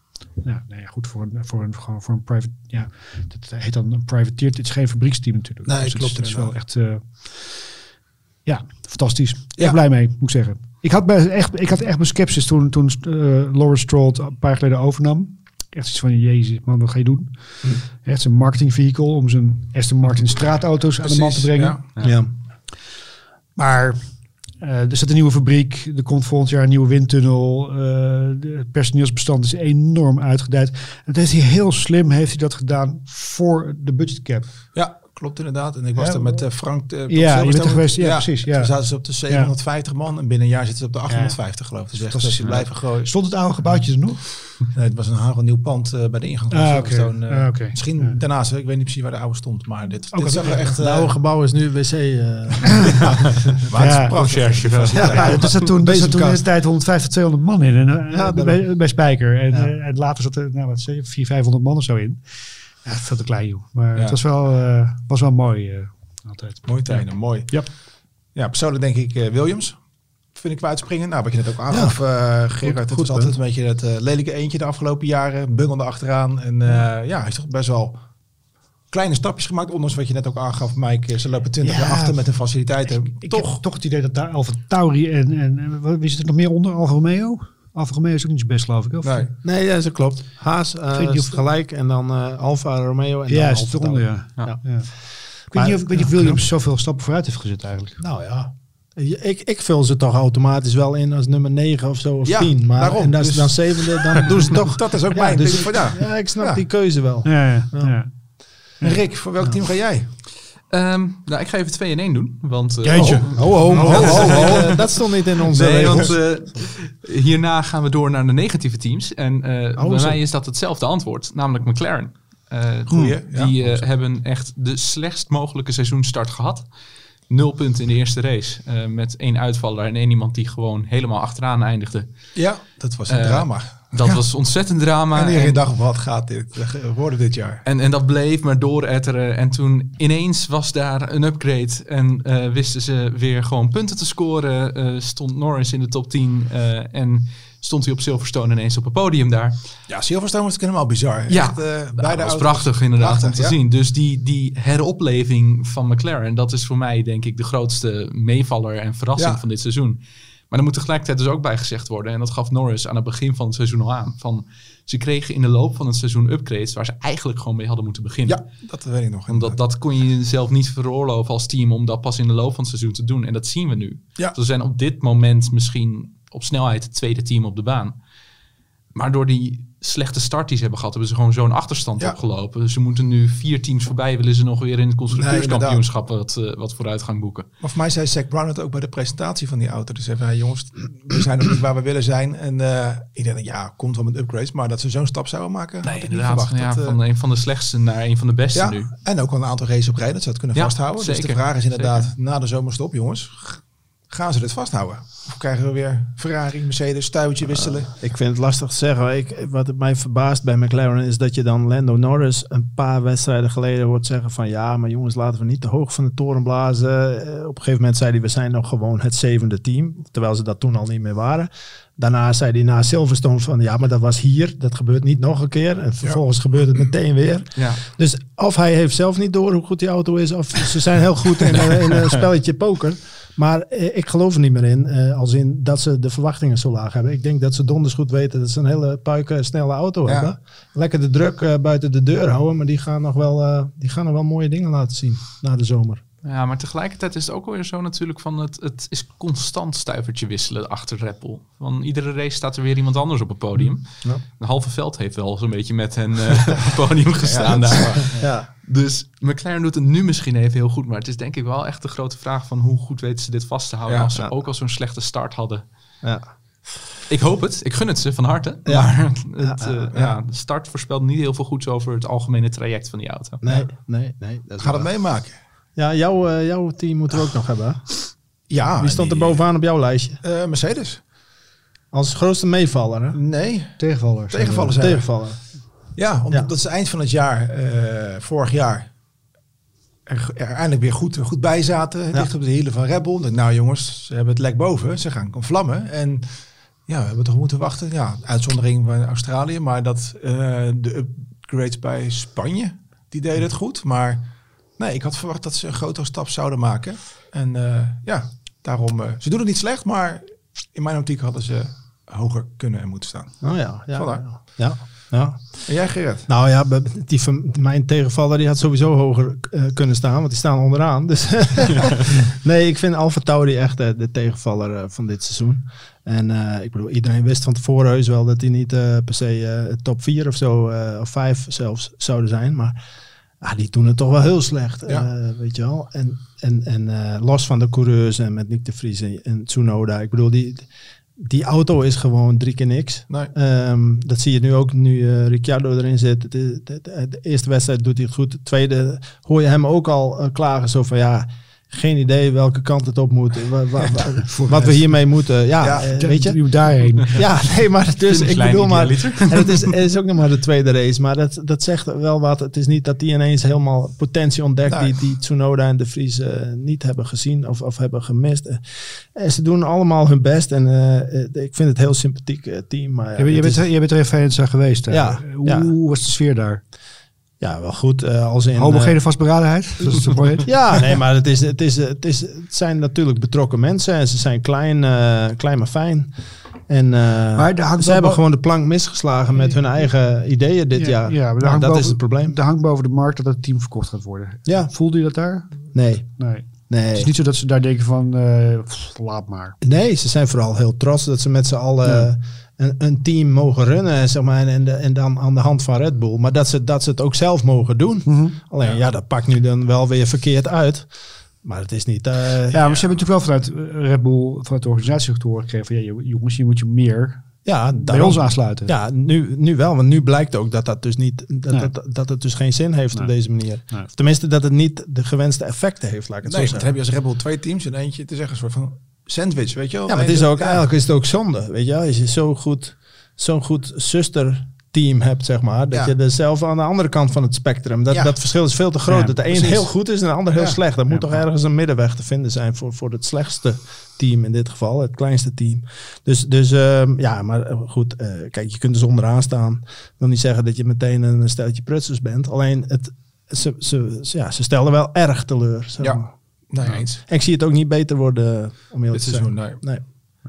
voor een private, dat heet dan een privateer. Dit is geen fabrieksteam natuurlijk. Nee, dus klopt. Het is wel echt, fantastisch. Echt blij mee, moet ik zeggen. Ik had echt mijn sceptisch toen Lawrence Stroll het een paar geleden overnam. Echt iets van, jezus man, wat ga je doen? Echt zijn marketingvehicle om zijn Aston Martin straatauto's aan de man te brengen. Ja. Maar er zit een nieuwe fabriek. Er komt volgend jaar een nieuwe windtunnel. Het personeelsbestand is enorm uitgedijd. En dat heeft hij heel slim gedaan voor de budgetcap. Ja, klopt inderdaad. En ik was er met Frank. Je bent er geweest. Ja, precies. Ja. Toen zaten ze op de 750 man en binnen een jaar zitten ze op de 850 geloof ik. Dus ze blijven gooien. Stond het oude gebouwtje er nog? Nee, het was een hagelnieuw pand bij de ingang van Silverstone. Misschien daarnaast, ik weet niet precies waar de oude stond, maar dit zag er echt... Het oude gebouw is nu wc. Maar het is prachtig. Er zat toen in de tijd 150, 200 man in bij Spijker. En later zat er 400, 500 man of zo in. Ja, veel te klein, joh. Maar het was wel mooi altijd. Mooie tijden, mooi. Ja, persoonlijk denk ik Williams. Vind ik uitspringen. Nou, wat je net ook aangaf, Gerard. Het was altijd een beetje het lelijke eentje de afgelopen jaren. Bungelde achteraan. En hij is toch best wel kleine stapjes gemaakt. Ondanks wat je net ook aangaf, Mike. Ze lopen 20 jaar achter met de faciliteiten. Ik heb toch het idee dat daar Alfa Tauri en wie zit er nog meer onder? Alfa Romeo? Alfa Romeo is ook niet zo best, geloof ik. Of? Nee, dat klopt. Haas is gelijk en dan Alfa Romeo en dan Alfa Tauri. Ik weet niet of Williams zoveel stappen vooruit heeft gezet eigenlijk. Nou ja. Ik vul ze toch automatisch wel in als nummer 9 of zo of 10. Maar daarom, en als dan 7e, dan doen ze toch. Dat is ook mijn. Dus ik snap die keuze wel. Ja. En Rick, voor welk team ga jij? Ik ga even 2 in 1 doen. Want, dat stond niet in onze regels. Want hierna gaan we door naar de negatieve teams. En bij mij is dat hetzelfde antwoord. Namelijk McLaren. Die hebben echt de slechtst mogelijke seizoenstart gehad. 0 punten in de eerste race. Met 1 uitvaller en 1 iemand die gewoon helemaal achteraan eindigde. Ja, dat was een drama. Dat was ontzettend drama. En iedereen dacht, wat gaat dit worden dit jaar? En dat bleef maar dooretteren. En toen ineens was daar een upgrade. En wisten ze weer gewoon punten te scoren. Stond Norris in de top 10. En stond hij op Silverstone ineens op het podium daar. Ja, Silverstone was helemaal bizar. Ja, dat was prachtig inderdaad om te zien. Dus die heropleving van McLaren, dat is voor mij denk ik de grootste meevaller en verrassing van dit seizoen. Maar er moet tegelijkertijd dus ook bij gezegd worden, en dat gaf Norris aan het begin van het seizoen al aan, van ze kregen in de loop van het seizoen upgrades waar ze eigenlijk gewoon mee hadden moeten beginnen. Ja, dat weet ik nog. Omdat dat kon je zelf niet veroorloven als team om dat pas in de loop van het seizoen te doen. En dat zien we nu. Ja. Dus we zijn op dit moment misschien op snelheid het tweede team op de baan. Maar door die slechte start die ze hebben gehad, hebben ze gewoon zo'n achterstand opgelopen. Dus ze moeten nu 4 teams voorbij, willen ze nog weer in het constructeurskampioenschap wat vooruitgang boeken. Maar voor mij zei Zak Brown het ook bij de presentatie van die auto. Dus even, jongens, we zijn nog niet waar we willen zijn. En iedereen denkt, komt wel met upgrades. Maar dat ze zo'n stap zouden maken, had ik niet verwacht. Van een van de slechtste naar een van de beste nu. En ook al een aantal races op rij, dat ze het kunnen vasthouden. Zeker, dus de vraag is inderdaad, na de zomerstop, jongens, Gaan ze dit vasthouden? Of krijgen we weer Ferrari, Mercedes, stuitje wisselen? Ik vind het lastig te zeggen. Wat het mij verbaast bij McLaren is dat je dan Lando Norris een paar wedstrijden geleden hoort zeggen van ja, maar jongens, laten we niet te hoog van de toren blazen. Op een gegeven moment zei hij, we zijn nog gewoon het 7e team. Terwijl ze dat toen al niet meer waren. Daarna zei hij na Silverstone van ja, maar dat was hier. Dat gebeurt niet nog een keer. En vervolgens gebeurt het meteen weer. Ja. Dus of hij heeft zelf niet door hoe goed die auto is. Of ze zijn heel goed in een spelletje poker. Maar ik geloof er niet meer in. Als in dat ze de verwachtingen zo laag hebben. Ik denk dat ze donders goed weten dat ze een hele snelle auto hebben. Lekker de druk buiten de deur houden. Maar die gaan nog wel mooie dingen laten zien na de zomer. Ja, maar tegelijkertijd is het ook alweer zo natuurlijk van het is constant stuivertje wisselen achter Red Bull. Van iedere race staat er weer iemand anders op het podium. Ja. De halve veld heeft wel zo'n beetje met hen op het podium gestaan daar. Ja. Dus McLaren doet het nu misschien even heel goed, maar het is denk ik wel echt de grote vraag van hoe goed weten ze dit vast te houden als ze ook al zo'n slechte start hadden. Ja. Ik hoop het. Ik gun het ze van harte. Ja. Maar de start voorspelt niet heel veel goeds over het algemene traject van die auto. Nee. Ga het meemaken. Ja, jouw team moeten we ook nog hebben. Hè? Ja. Wie stond er bovenaan op jouw lijstje? Mercedes. Als grootste meevaller, hè? Nee. Tegenvaller. Ja, omdat ze eind van het jaar, vorig jaar, er eindelijk weer goed bij zaten. Dicht op de hielen van Red Bull. Nou jongens, ze hebben het lek boven. Ze gaan vlammen. En ja, we hebben toch moeten wachten. Ja, uitzondering van Australië. Maar dat de upgrades bij Spanje, die deden het goed. Maar nee, ik had verwacht dat ze een grotere stap zouden maken. En daarom, ze doen het niet slecht. Maar in mijn optiek hadden ze hoger kunnen en moeten staan. Oh ja. En jij, Gerrit? Nou ja, mijn tegenvaller die had sowieso hoger kunnen staan, want die staan onderaan. Dus nee, ik vind AlphaTauri echt de tegenvaller van dit seizoen. En ik bedoel, iedereen wist van tevoren heus wel dat die niet per se top 4 of zo, of 5 zelfs zouden zijn. Maar die doen het toch wel heel slecht, weet je wel. En los van de coureurs en met Nick de Vries en Tsunoda, ik bedoel, die auto is gewoon 3 keer niks. Nee. Dat zie je nu ook, nu Ricciardo erin zit. De eerste wedstrijd doet hij het goed. De tweede hoor je hem ook al klagen. Zo van geen idee welke kant het op moet. Wat we hiermee moeten. Weet je? Daarheen. Ja, nee, maar dus ik bedoel maar. En het is ook nog maar de tweede race. Maar dat zegt wel wat. Het is niet dat die ineens helemaal potentie ontdekt die Tsunoda en de Vries niet hebben gezien of hebben gemist. En ze doen allemaal hun best. En ik vind het een heel sympathiek team. Maar je bent er even geweest. Hoe was de sfeer daar? Ja, wel goed. Als in homogene vastberadenheid? Ja, nee, maar het zijn natuurlijk betrokken mensen. En ze zijn klein maar fijn. En maar ze hebben gewoon de plank misgeslagen met hun eigen ideeën dit jaar. Ja, maar dat is het probleem. Er hangt boven de markt dat het team verkocht gaat worden. Ja. Voelde je dat daar? Nee. Het is niet zo dat ze daar denken van, laat maar. Nee, ze zijn vooral heel trots dat ze met z'n allen een team mogen runnen, zeg maar, en dan aan de hand van Red Bull. Maar dat ze het ook zelf mogen doen. Mm-hmm. Alleen, dat pakt nu dan wel weer verkeerd uit. Maar het is niet... maar ze hebben natuurlijk wel vanuit Red Bull, vanuit de organisatie gekregen van, jongens, hier moet je meer bij ons aansluiten. Ja, nu wel, want nu blijkt ook dat dus niet, dat het dus geen zin heeft op deze manier. Nee. Of tenminste, dat het niet de gewenste effecten heeft, laat ik het zo zeggen. Dan heb je als Red Bull 2 teams en eentje, het is echt een soort van sandwich, weet je wel. Ja, maar het is ook, eigenlijk is het ook zonde, weet je wel. Als je zo'n goed zusterteam hebt, zeg maar, dat je er zelf aan de andere kant van het spectrum, dat verschil is veel te groot. Dat de een heel goed is en de ander heel slecht. Er moet toch ergens een middenweg te vinden zijn voor het slechtste team in dit geval, het kleinste team. Dus maar goed, kijk, je kunt er onderaan staan. Ik wil niet zeggen dat je meteen een stelletje prutsers bent. Alleen, ze stelden wel erg teleur. Zeg maar. Ja. Nee, eens. En ik zie het ook niet beter worden, om eerlijk te zeggen. Nee.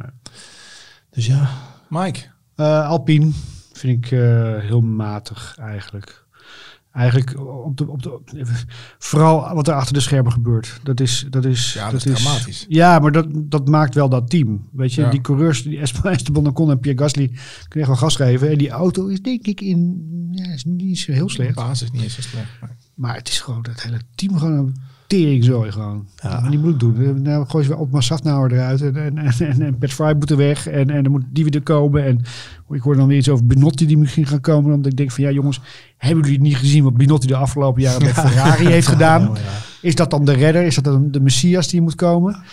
Dus ja. Mike? Alpine vind ik heel matig eigenlijk. Eigenlijk vooral wat er achter de schermen gebeurt. Dat is dramatisch. Ja, maar dat maakt wel dat team. Weet je, die coureurs, die Esteban Ocon en Pierre Gasly, kunnen echt wel gas geven. En die auto is denk ik is niet zo heel slecht. De basis niet eens zo slecht. Maar het is gewoon dat hele team gewoon teringzooi gewoon. Ja. Maar die moet doen. Nou gooi je op Safnauer eruit en Pat Fry moet er weg en dan moet die weer komen. En ik hoor dan weer iets over Binotti die misschien gaan komen. Dan denk ik van jongens, hebben jullie niet gezien wat Binotti de afgelopen jaren met Ferrari heeft gedaan? Ja. Is dat dan de redder? Is dat dan de Messias die moet komen?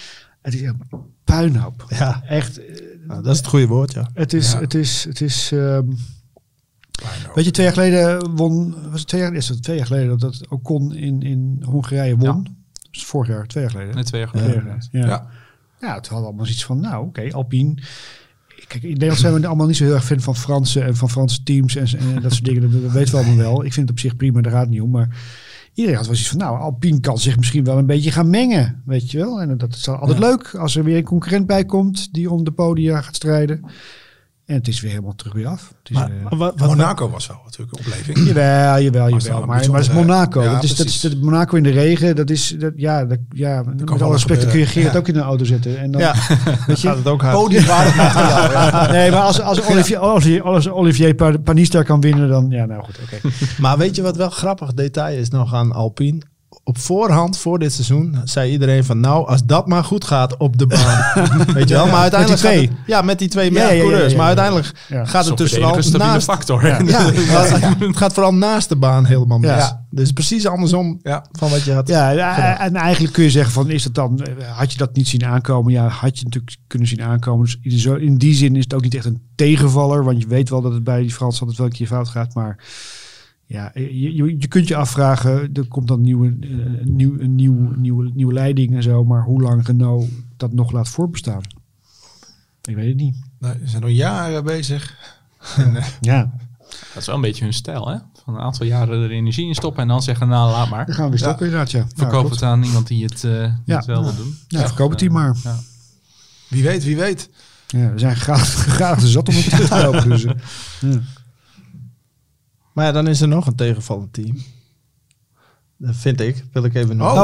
Het is een puinhoop. Ja. Echt. Nou, dat is het goede woord, ja. Het is. Weet je, 2 jaar geleden won. Was het 2 jaar? Is het 2 jaar geleden dat Ocon in Hongarije won? Ja. Dat is vorig jaar, 2 jaar geleden. Nee, 2 jaar geleden. Ja. Ja, het hadden allemaal zoiets van, nou oké, Alpine. Kijk, in Nederland zijn we allemaal niet zo heel erg fan van Fransen en van Franse teams en dat soort dingen. Dat weten we allemaal wel. Ik vind het op zich prima, daar gaat het niet om. Maar iedereen had wel zoiets van, nou, Alpine kan zich misschien wel een beetje gaan mengen, weet je wel. En dat is altijd leuk als er weer een concurrent bij komt die om de podia gaat strijden. En het is weer helemaal terug weer af. Het is, Monaco was wel natuurlijk een opleving. Jawel. Maar het is Monaco. Ja, dat is Monaco in de regen. Met alle respect kun je Gerrit ook in een auto zetten. En dan, weet je, gaat het ook hard. Podiumwaardig materiaal. Ja. Nee, maar als Olivier Panis daar kan winnen, dan ja, nou goed, oké. Maar weet je wat wel grappig detail is nog aan Alpine? Op voorhand, voor dit seizoen, zei iedereen van nou, als dat maar goed gaat op de baan. Weet je wel, maar uiteindelijk met die twee. met die twee coureurs. Maar uiteindelijk gaat het dus vooral naast factor. Ja, het gaat vooral naast de baan helemaal mis. Ja. Dus precies andersom van wat je had. Ja, en eigenlijk kun je zeggen van, is het dan, had je dat niet zien aankomen? Ja, had je natuurlijk kunnen zien aankomen. Dus in die zin is het ook niet echt een tegenvaller, want je weet wel dat het bij die Fransen altijd wel een keer fout gaat, maar ja, je kunt je afvragen, er komt dan een nieuwe leiding en zo, maar hoe lang Renault dat nog laat voorbestaan? Ik weet het niet. Nou, ze zijn al jaren bezig. Ja. Dat is wel een beetje hun stijl, hè? Van een aantal jaren er energie in stoppen en dan zeggen, nou, laat maar. Dan gaan we weer stoppen inderdaad, ja. Verkoop het aan iemand die het wel wil doen. Ja, verkoop het die maar. Ja. Wie weet. Ja, we zijn graag zat om het terug te lopen. Dus, Maar ja, dan is er nog een tegenvallend team. Dat vind ik. Wil ik even noemen.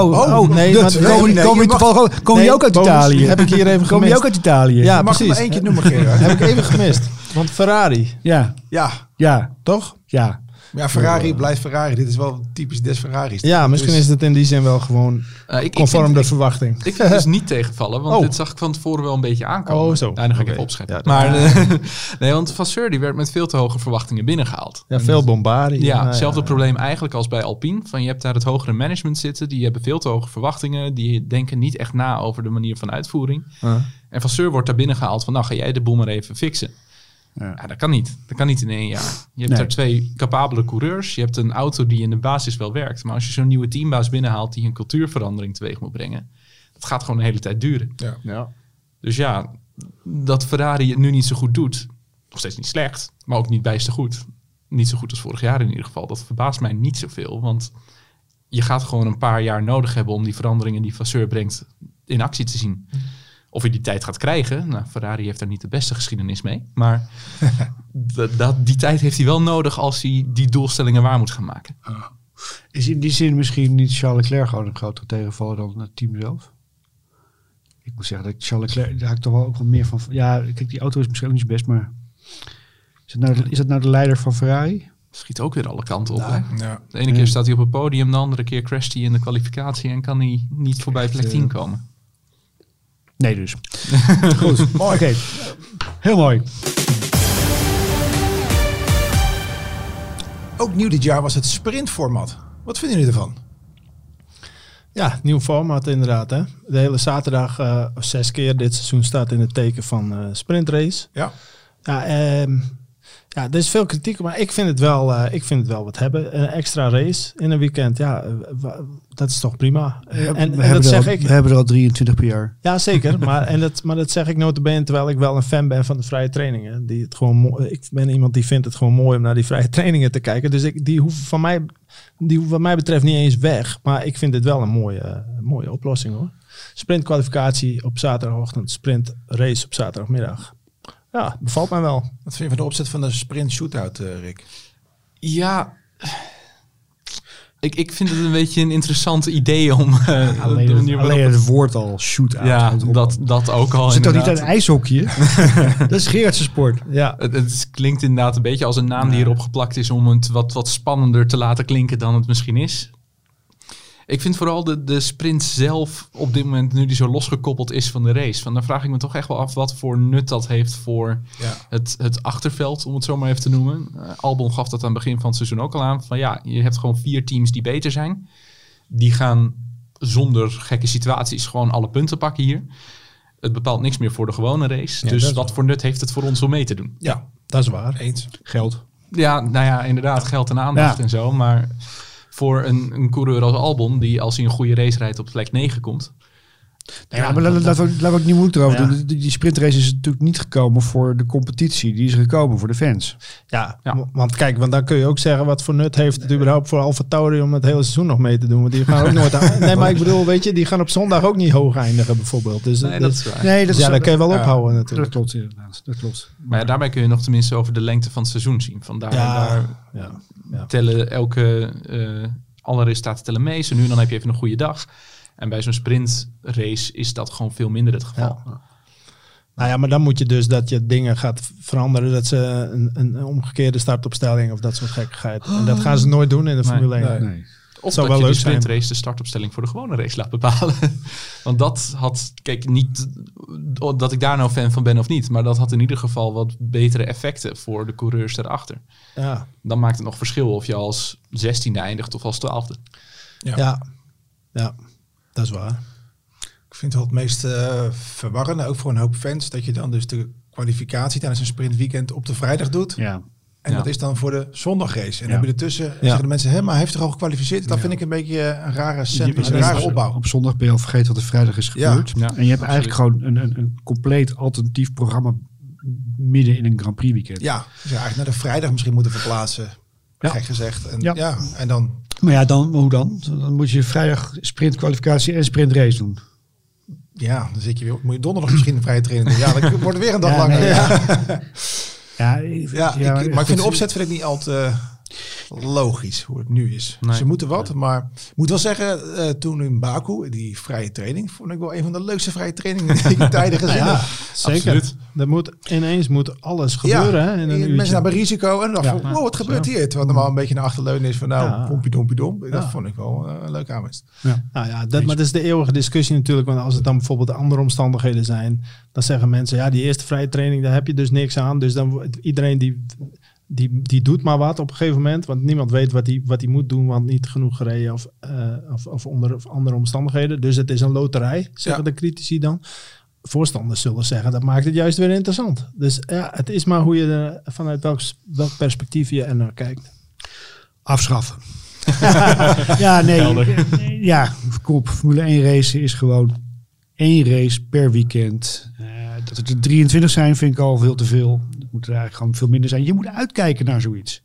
Kom je ook uit Italië? Heb ik hier even gemist. Kom je ook uit Italië? Ja, Mag ik precies. maar 1 keer noemen, Gerard? Heb ik even gemist. Want Ferrari, Ja, toch? Ja. ja, Ferrari blijft Ferrari. Dit is wel typisch des Ferraris. Ja, misschien is het in die zin wel gewoon conform de verwachting. Ik vind het dus niet tegenvallen, want dit zag ik van tevoren wel een beetje aankomen. Oh, zo. Dan ga ik Oké. even opscheppen. Ja, maar nee, want Vasseur die werd met veel te hoge verwachtingen binnengehaald. Ja, veel bombardie. Ja, hetzelfde probleem eigenlijk als bij Alpine. Van je hebt daar het hogere management zitten, die hebben veel te hoge verwachtingen, die denken niet echt na over de manier van uitvoering. En Vasseur wordt daar binnengehaald van, nou ga jij de boel maar even fixen. Ja, dat kan niet. Dat kan niet in 1 jaar. Je hebt daar 2 capabele coureurs. Je hebt een auto die in de basis wel werkt. Maar als je zo'n nieuwe teambaas binnenhaalt die een cultuurverandering teweeg moet brengen, dat gaat gewoon een hele tijd duren. Ja. Dus ja, dat Ferrari het nu niet zo goed doet, nog steeds niet slecht, maar ook niet bijster goed. Niet zo goed als vorig jaar in ieder geval. Dat verbaast mij niet zoveel, want je gaat gewoon een paar jaar nodig hebben om die veranderingen die Vasseur brengt in actie te zien. Of je die tijd gaat krijgen. Nou, Ferrari heeft daar niet de beste geschiedenis mee. Maar die tijd heeft hij wel nodig als hij die doelstellingen waar moet gaan maken. Is in die zin misschien niet Charles Leclerc gewoon een grotere tegenvaller dan het team zelf? Ik moet zeggen dat Charles Leclerc, daar heb ik toch wel ook wat meer van. Ja, kijk, die auto is misschien ook niet zo best, maar is dat nou de leider van Ferrari? Schiet ook weer alle kanten op. Hè? Ja. De ene keer staat hij op het podium, de andere keer crasht hij in de kwalificatie en kan hij niet voorbij plek 10 komen. Nee dus. Goed, mooi. Oké. Heel mooi. Ook nieuw dit jaar was het sprintformat. Wat vinden jullie ervan? Ja, nieuw format inderdaad. Hè? De hele zaterdag 6 keer dit seizoen staat in het teken van sprintrace. Ja. Ja, er is veel kritiek, maar ik vind het wel wat hebben. Een extra race in een weekend, ja, dat is toch prima. We hebben er al 23 per jaar. Ja, zeker. Maar dat zeg ik nota bene terwijl ik wel een fan ben van de vrije trainingen. Ik ben iemand die vindt het gewoon mooi om naar die vrije trainingen te kijken. Dus die hoeven wat mij betreft niet eens weg. Maar ik vind dit wel een mooie oplossing hoor. Sprintkwalificatie op zaterdagochtend, sprintrace op zaterdagmiddag. Ja, bevalt mij wel. Wat vind je van de opzet van de sprint shootout, Rick? Ja, ik vind het een beetje een interessant idee om... alleen het woord al, shootout. Ja, dat ook al. Zit toch niet aan ijshockey? Dat is Geertse sport. Ja. Het klinkt inderdaad een beetje als een naam die erop geplakt is om het wat spannender te laten klinken dan het misschien is. Ik vind vooral de sprint zelf op dit moment, nu die zo losgekoppeld is van de race. Dan vraag ik me toch echt wel af wat voor nut dat heeft voor het achterveld, om het zo maar even te noemen. Albon gaf dat aan het begin van het seizoen ook al aan. Van ja, je hebt gewoon 4 teams die beter zijn. Die gaan zonder gekke situaties gewoon alle punten pakken hier. het bepaalt niks meer voor de gewone race. Ja, Dus wat voor nut heeft het voor ons om mee te doen? Ja, Dat is waar. eens. Geld. Ja, nou ja, inderdaad, geld en aandacht en zo. Maar voor een coureur als Albon, die als hij een goede race rijdt op plek 9 komt... Ja, maar laten we het niet moeilijk over Ja. doen. Die sprintrace is natuurlijk niet gekomen voor de competitie. Die is gekomen voor de fans. Ja, Ja. want kijk, want dan kun je ook zeggen wat voor nut heeft het überhaupt voor AlphaTauri om het hele seizoen nog mee te doen. Want die gaan ook nooit aan. Nee, maar ik bedoel, weet je, die gaan op zondag ook niet hoog eindigen bijvoorbeeld. Dus Nee, dat is waar. Nee, dat dus is ja, dat kun je wel ophouden Dat natuurlijk. klopt inderdaad. Dat klopt. Maar ja, daarbij kun je nog tenminste over de lengte van het seizoen zien. Vandaar daar Ja. tellen alle resultaten tellen mee. Zo nu en dan heb je even een goede dag. En bij zo'n sprintrace is dat gewoon veel minder het geval. Ja. Nou ja, maar dan moet je dus dat je dingen gaat veranderen. Dat ze een omgekeerde startopstelling of dat soort gekkigheid. En dat gaan ze nooit doen in de Formule 1. Nee. Of Zou dat wel je de leuk zijn. sprintrace de startopstelling voor de gewone race laat bepalen. Want dat had, kijk, niet dat ik daar nou fan van ben of niet. Maar dat had in ieder geval wat betere effecten voor de coureurs erachter. Ja. Dan maakt het nog verschil of je als 16e eindigt of als 12e. Ja, dat is waar. Ik vind het wel het meest verwarrende, ook voor een hoop fans, dat je dan dus de kwalificatie tijdens een sprintweekend op de vrijdag doet. Ja. En Ja. dat is dan voor de zondagrace. En Ja. dan heb je ertussen, zeggen de mensen, hé, maar hij heeft toch al gekwalificeerd? Dat vind ik een beetje een rare sandwich, een rare opbouw. Op zondag ben je al vergeten wat er vrijdag is gebeurd. Ja, En je hebt absoluut. eigenlijk gewoon een compleet alternatief programma midden in een Grand Prix weekend. Ja, dus je eigenlijk naar de vrijdag misschien moeten verplaatsen. Ja. Gek gezegd. En, Ja. ja. En dan, Maar ja, hoe dan? Dan moet je vrijdag sprintkwalificatie en sprintrace doen. ja, dan zit je weer, moet je donderdag misschien een vrije training doen. Ja, dan wordt het weer een dag Ja, langer. nee, ja. Ja, Maar ik vind de opzet vind ik niet al te logisch hoe het nu is. Nee. Ze moeten wat, maar ik moet wel zeggen, toen in Baku, die vrije training, vond ik wel een van de leukste vrije trainingen die ik in tijden gezien heb. Zeker. Absoluut. Ineens moet alles gebeuren. Hè, in een mensen uurtje. hebben risico en dan dacht ik, wow, wat gebeurt hier? Terwijl normaal een beetje naar achterleunen is van nou, Ja. pompie dompie dom. Dat Ja. vond ik wel een leuke aanwinst. Nou ja, maar dat is de eeuwige discussie natuurlijk. Want als het dan bijvoorbeeld andere omstandigheden zijn, dan zeggen mensen, ja, die eerste vrije training, daar heb je dus niks aan. Dus dan wordt iedereen die doet maar wat op een gegeven moment. Want niemand weet wat hij moet doen, want niet genoeg gereden of onder andere omstandigheden. Dus het is een loterij, zeggen de critici dan. Voorstanders zullen zeggen, dat maakt het juist weer interessant. Dus ja, het is maar hoe je er vanuit welk perspectief je er naar kijkt. Afschaffen. Ja, nee. Ja, kom op. Formule 1 race is gewoon 1 race per weekend. Dat het er 23 zijn vind ik al veel te veel. Het moet er eigenlijk gewoon veel minder zijn. Je moet uitkijken naar zoiets.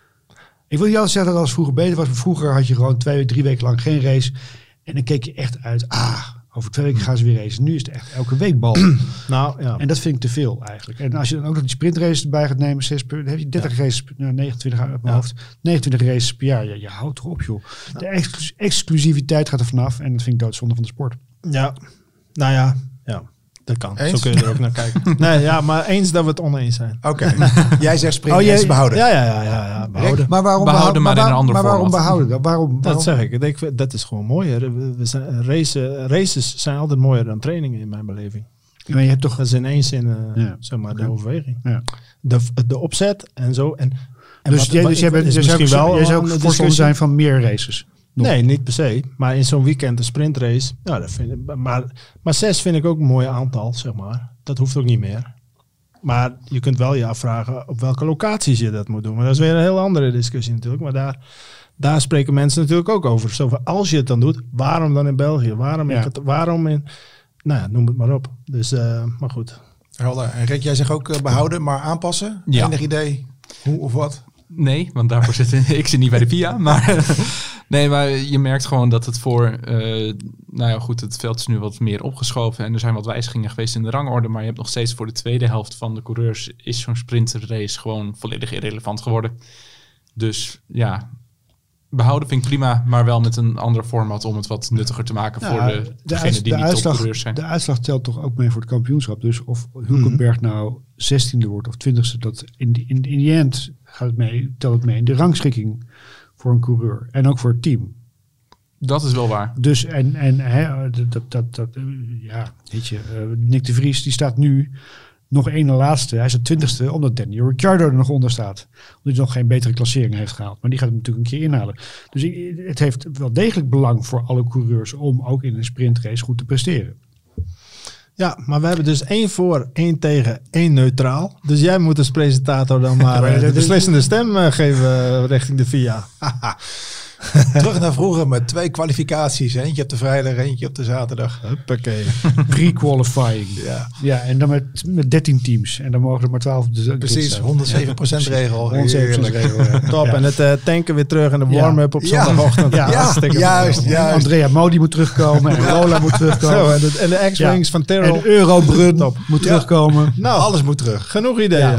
Ik wil jou zeggen dat als vroeger beter was. Maar vroeger had je gewoon 2-3 weken lang geen race. En dan keek je echt uit. Over 2 weken gaan ze weer racen. Nu is het echt elke week bal. Nou ja. En dat vind ik te veel eigenlijk. En als je dan ook nog die sprintraces erbij gaat nemen, 6 per, dan heb je 30 races, 29 uit mijn hoofd, 29 races per jaar. Ja, je houdt toch op, joh. De exclusiviteit gaat er vanaf en dat vind ik doodzonde van de sport. Ja, nou ja, dat kan. Eens? Zo kun je er ook naar kijken. Nee, ja, maar eens dat we het oneens zijn. Oké, jij zegt sprintrace behouden. Ja, behouden. Maar waarom Behouden, maar in een ander waarom format. behouden dan? Waarom? Dat zeg ik. Dat is gewoon mooier. We zijn, races zijn altijd mooier dan trainingen in mijn beleving. Maar je hebt toch Dat is in één zin zeg maar, de Oké. overweging. Ja. De opzet en zo. En Dus jij bent is jij misschien wel zou ook een voorstander discussie. zijn van meer races. Nog. Nee, niet per se. Maar in zo'n weekend een sprintrace. Ja, dat vind ik, maar 6 vind ik ook een mooi aantal, zeg maar. Dat hoeft ook niet meer. Maar je kunt wel je afvragen op welke locaties je dat moet doen. Maar dat is weer een heel andere discussie natuurlijk. Maar daar spreken mensen natuurlijk ook over. Zo van, als je het dan doet, waarom dan in België? Waarom in... Nou ja, noem het maar op. Dus, maar goed. Helder. En Rick, jij zegt ook behouden, maar aanpassen? Ja. Enig idee hoe of wat? Nee, want daarvoor ik zit niet bij de FIA. Maar nee, maar je merkt gewoon dat het voor... nou ja, goed, het veld is nu wat meer opgeschoven. En er zijn wat wijzigingen geweest in de rangorde. Maar je hebt nog steeds voor de tweede helft van de coureurs... is zo'n sprinterrace gewoon volledig irrelevant geworden. Dus ja, behouden vind ik prima. Maar wel met een ander format om het wat nuttiger te maken... voor degenen die niet topcoureurs zijn. De uitslag telt toch ook mee voor het kampioenschap. Dus of Hülkenberg nou 16e wordt of 20e... dat in die end telt het mee in de rangschikking voor een coureur. En ook voor het team. Dat is wel waar. Dus Nick de Vries die staat nu nog één laatste. Hij is de 20e omdat Daniel Ricciardo er nog onder staat. Omdat hij nog geen betere klassering heeft gehaald. Maar die gaat hem natuurlijk een keer inhalen. Dus het heeft wel degelijk belang voor alle coureurs om ook in een sprintrace goed te presteren. Ja, maar we hebben dus 1 voor, 1 tegen, 1 neutraal. Dus jij moet als presentator dan maar de beslissende stem geven richting de VIA. Terug naar vroeger met 2 kwalificaties. Eentje op de vrijdag, eentje op de zaterdag. Huppakee. Pre-qualifying. Ja, en dan met 13 teams. En dan mogen er maar 12 op de precies, 107% regel. 107% regel, ja. Top, en het tanken weer terug en de warm-up op zondagochtend. Juist. Andrea Modi moet terugkomen en Lola moet terugkomen. Zo, en de X-Wings van Terrell. En Eurobrun moet terugkomen. Nou, alles moet terug. Genoeg ideeën.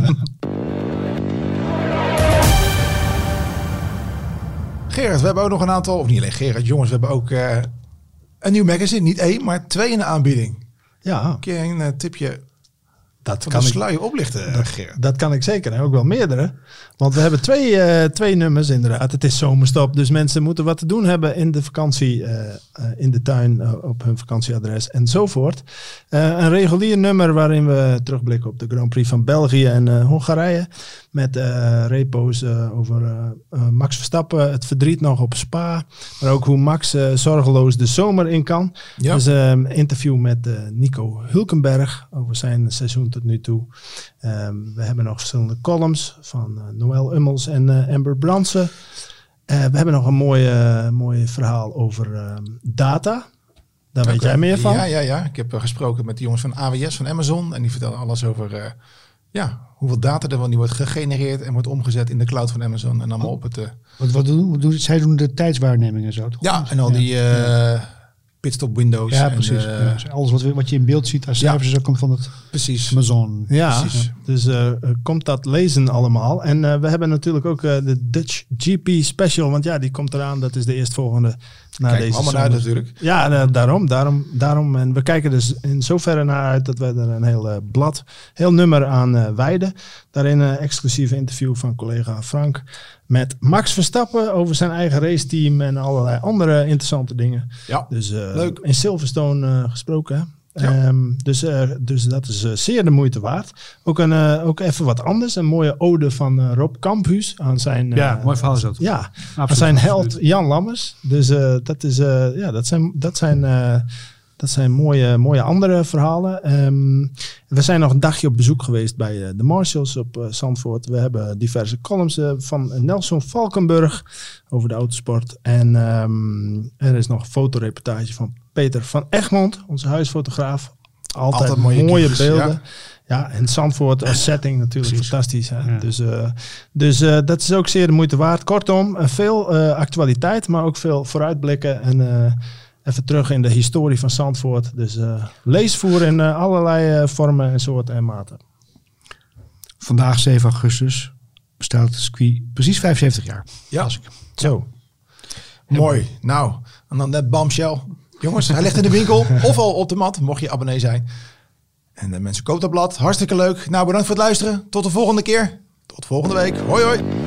Gerard, we hebben ook nog een aantal, of niet alleen Gerard, jongens, we hebben ook een nieuw magazine. Niet 1, maar 2 in de aanbieding. Ja. Kun je een tipje Dat van kan de ik sluier oplichten, Gerard? Dat kan ik zeker. En ook wel meerdere. Want we hebben 2 nummers inderdaad. Het is zomerstop. Dus mensen moeten wat te doen hebben in de vakantie. In de tuin, op hun vakantieadres enzovoort. Een regulier nummer waarin we terugblikken op de Grand Prix van België en Hongarije. Met repo's over Max Verstappen. Het verdriet nog op Spa. Maar ook hoe Max zorgeloos de zomer in kan. Ja. Dus een interview met Nico Hulkenberg over zijn seizoen tot nu toe. We hebben nog verschillende columns van Noël Ummels en Amber Brandsen. We hebben nog een mooi verhaal over data. Daar weet jij meer van. Ja. Ik heb gesproken met de jongens van AWS van Amazon. En die vertellen alles over hoeveel data er wel niet wordt gegenereerd en wordt omgezet in de cloud van Amazon. En allemaal op het... Wat doen zij? Doen de tijdswaarneming en zo, toch? Ja, en al die pitstop windows. Ja, en precies. Alles wat je in beeld ziet als cijfers, dat komt van het precies. Amazon. Ja, precies. Dus komt dat lezen allemaal. En we hebben natuurlijk ook de Dutch GP Special. Want ja, die komt eraan. Dat is de eerstvolgende na Kijk, deze allemaal zomer. naar natuurlijk. Ja, daarom. En we kijken dus in zoverre naar uit dat we er een heel nummer aan wijden. Daarin een exclusieve interview van collega Frank met Max Verstappen over zijn eigen raceteam en allerlei andere interessante dingen. Ja, Dus leuk. in Silverstone gesproken, hè? Ja. Dus dat is zeer de moeite waard. Ook even wat anders. Een mooie ode van Rob Kamphuis aan zijn... Mooi verhaal is dat. Ja, Absoluut, aan zijn held absoluut. Jan Lammers. Dus dat zijn mooie andere verhalen. We zijn nog een dagje op bezoek geweest bij de Marshalls op Zandvoort. We hebben diverse columns van Nelson Valkenburg over de autosport. En er is nog een fotoreportage van Peter van Egmond, onze huisfotograaf. Altijd mooie keepers, beelden. Ja, en Zandvoort als setting natuurlijk fantastisch. Hè? Ja. Dus dat is ook zeer de moeite waard. Kortom, veel actualiteit, maar ook veel vooruitblikken en... even terug in de historie van Zandvoort. Dus leesvoer in allerlei vormen en soorten en maten. Vandaag, 7 augustus, bestaat het circuit precies 75 jaar. Ja, Zo. mooi. Nou, en dan net bombshell. Jongens, hij ligt in de winkel of al op de mat, mocht je abonnee zijn. En de mensen kopen dat blad. Hartstikke leuk. Nou, bedankt voor het luisteren. Tot de volgende keer. Tot volgende week. Hoi hoi.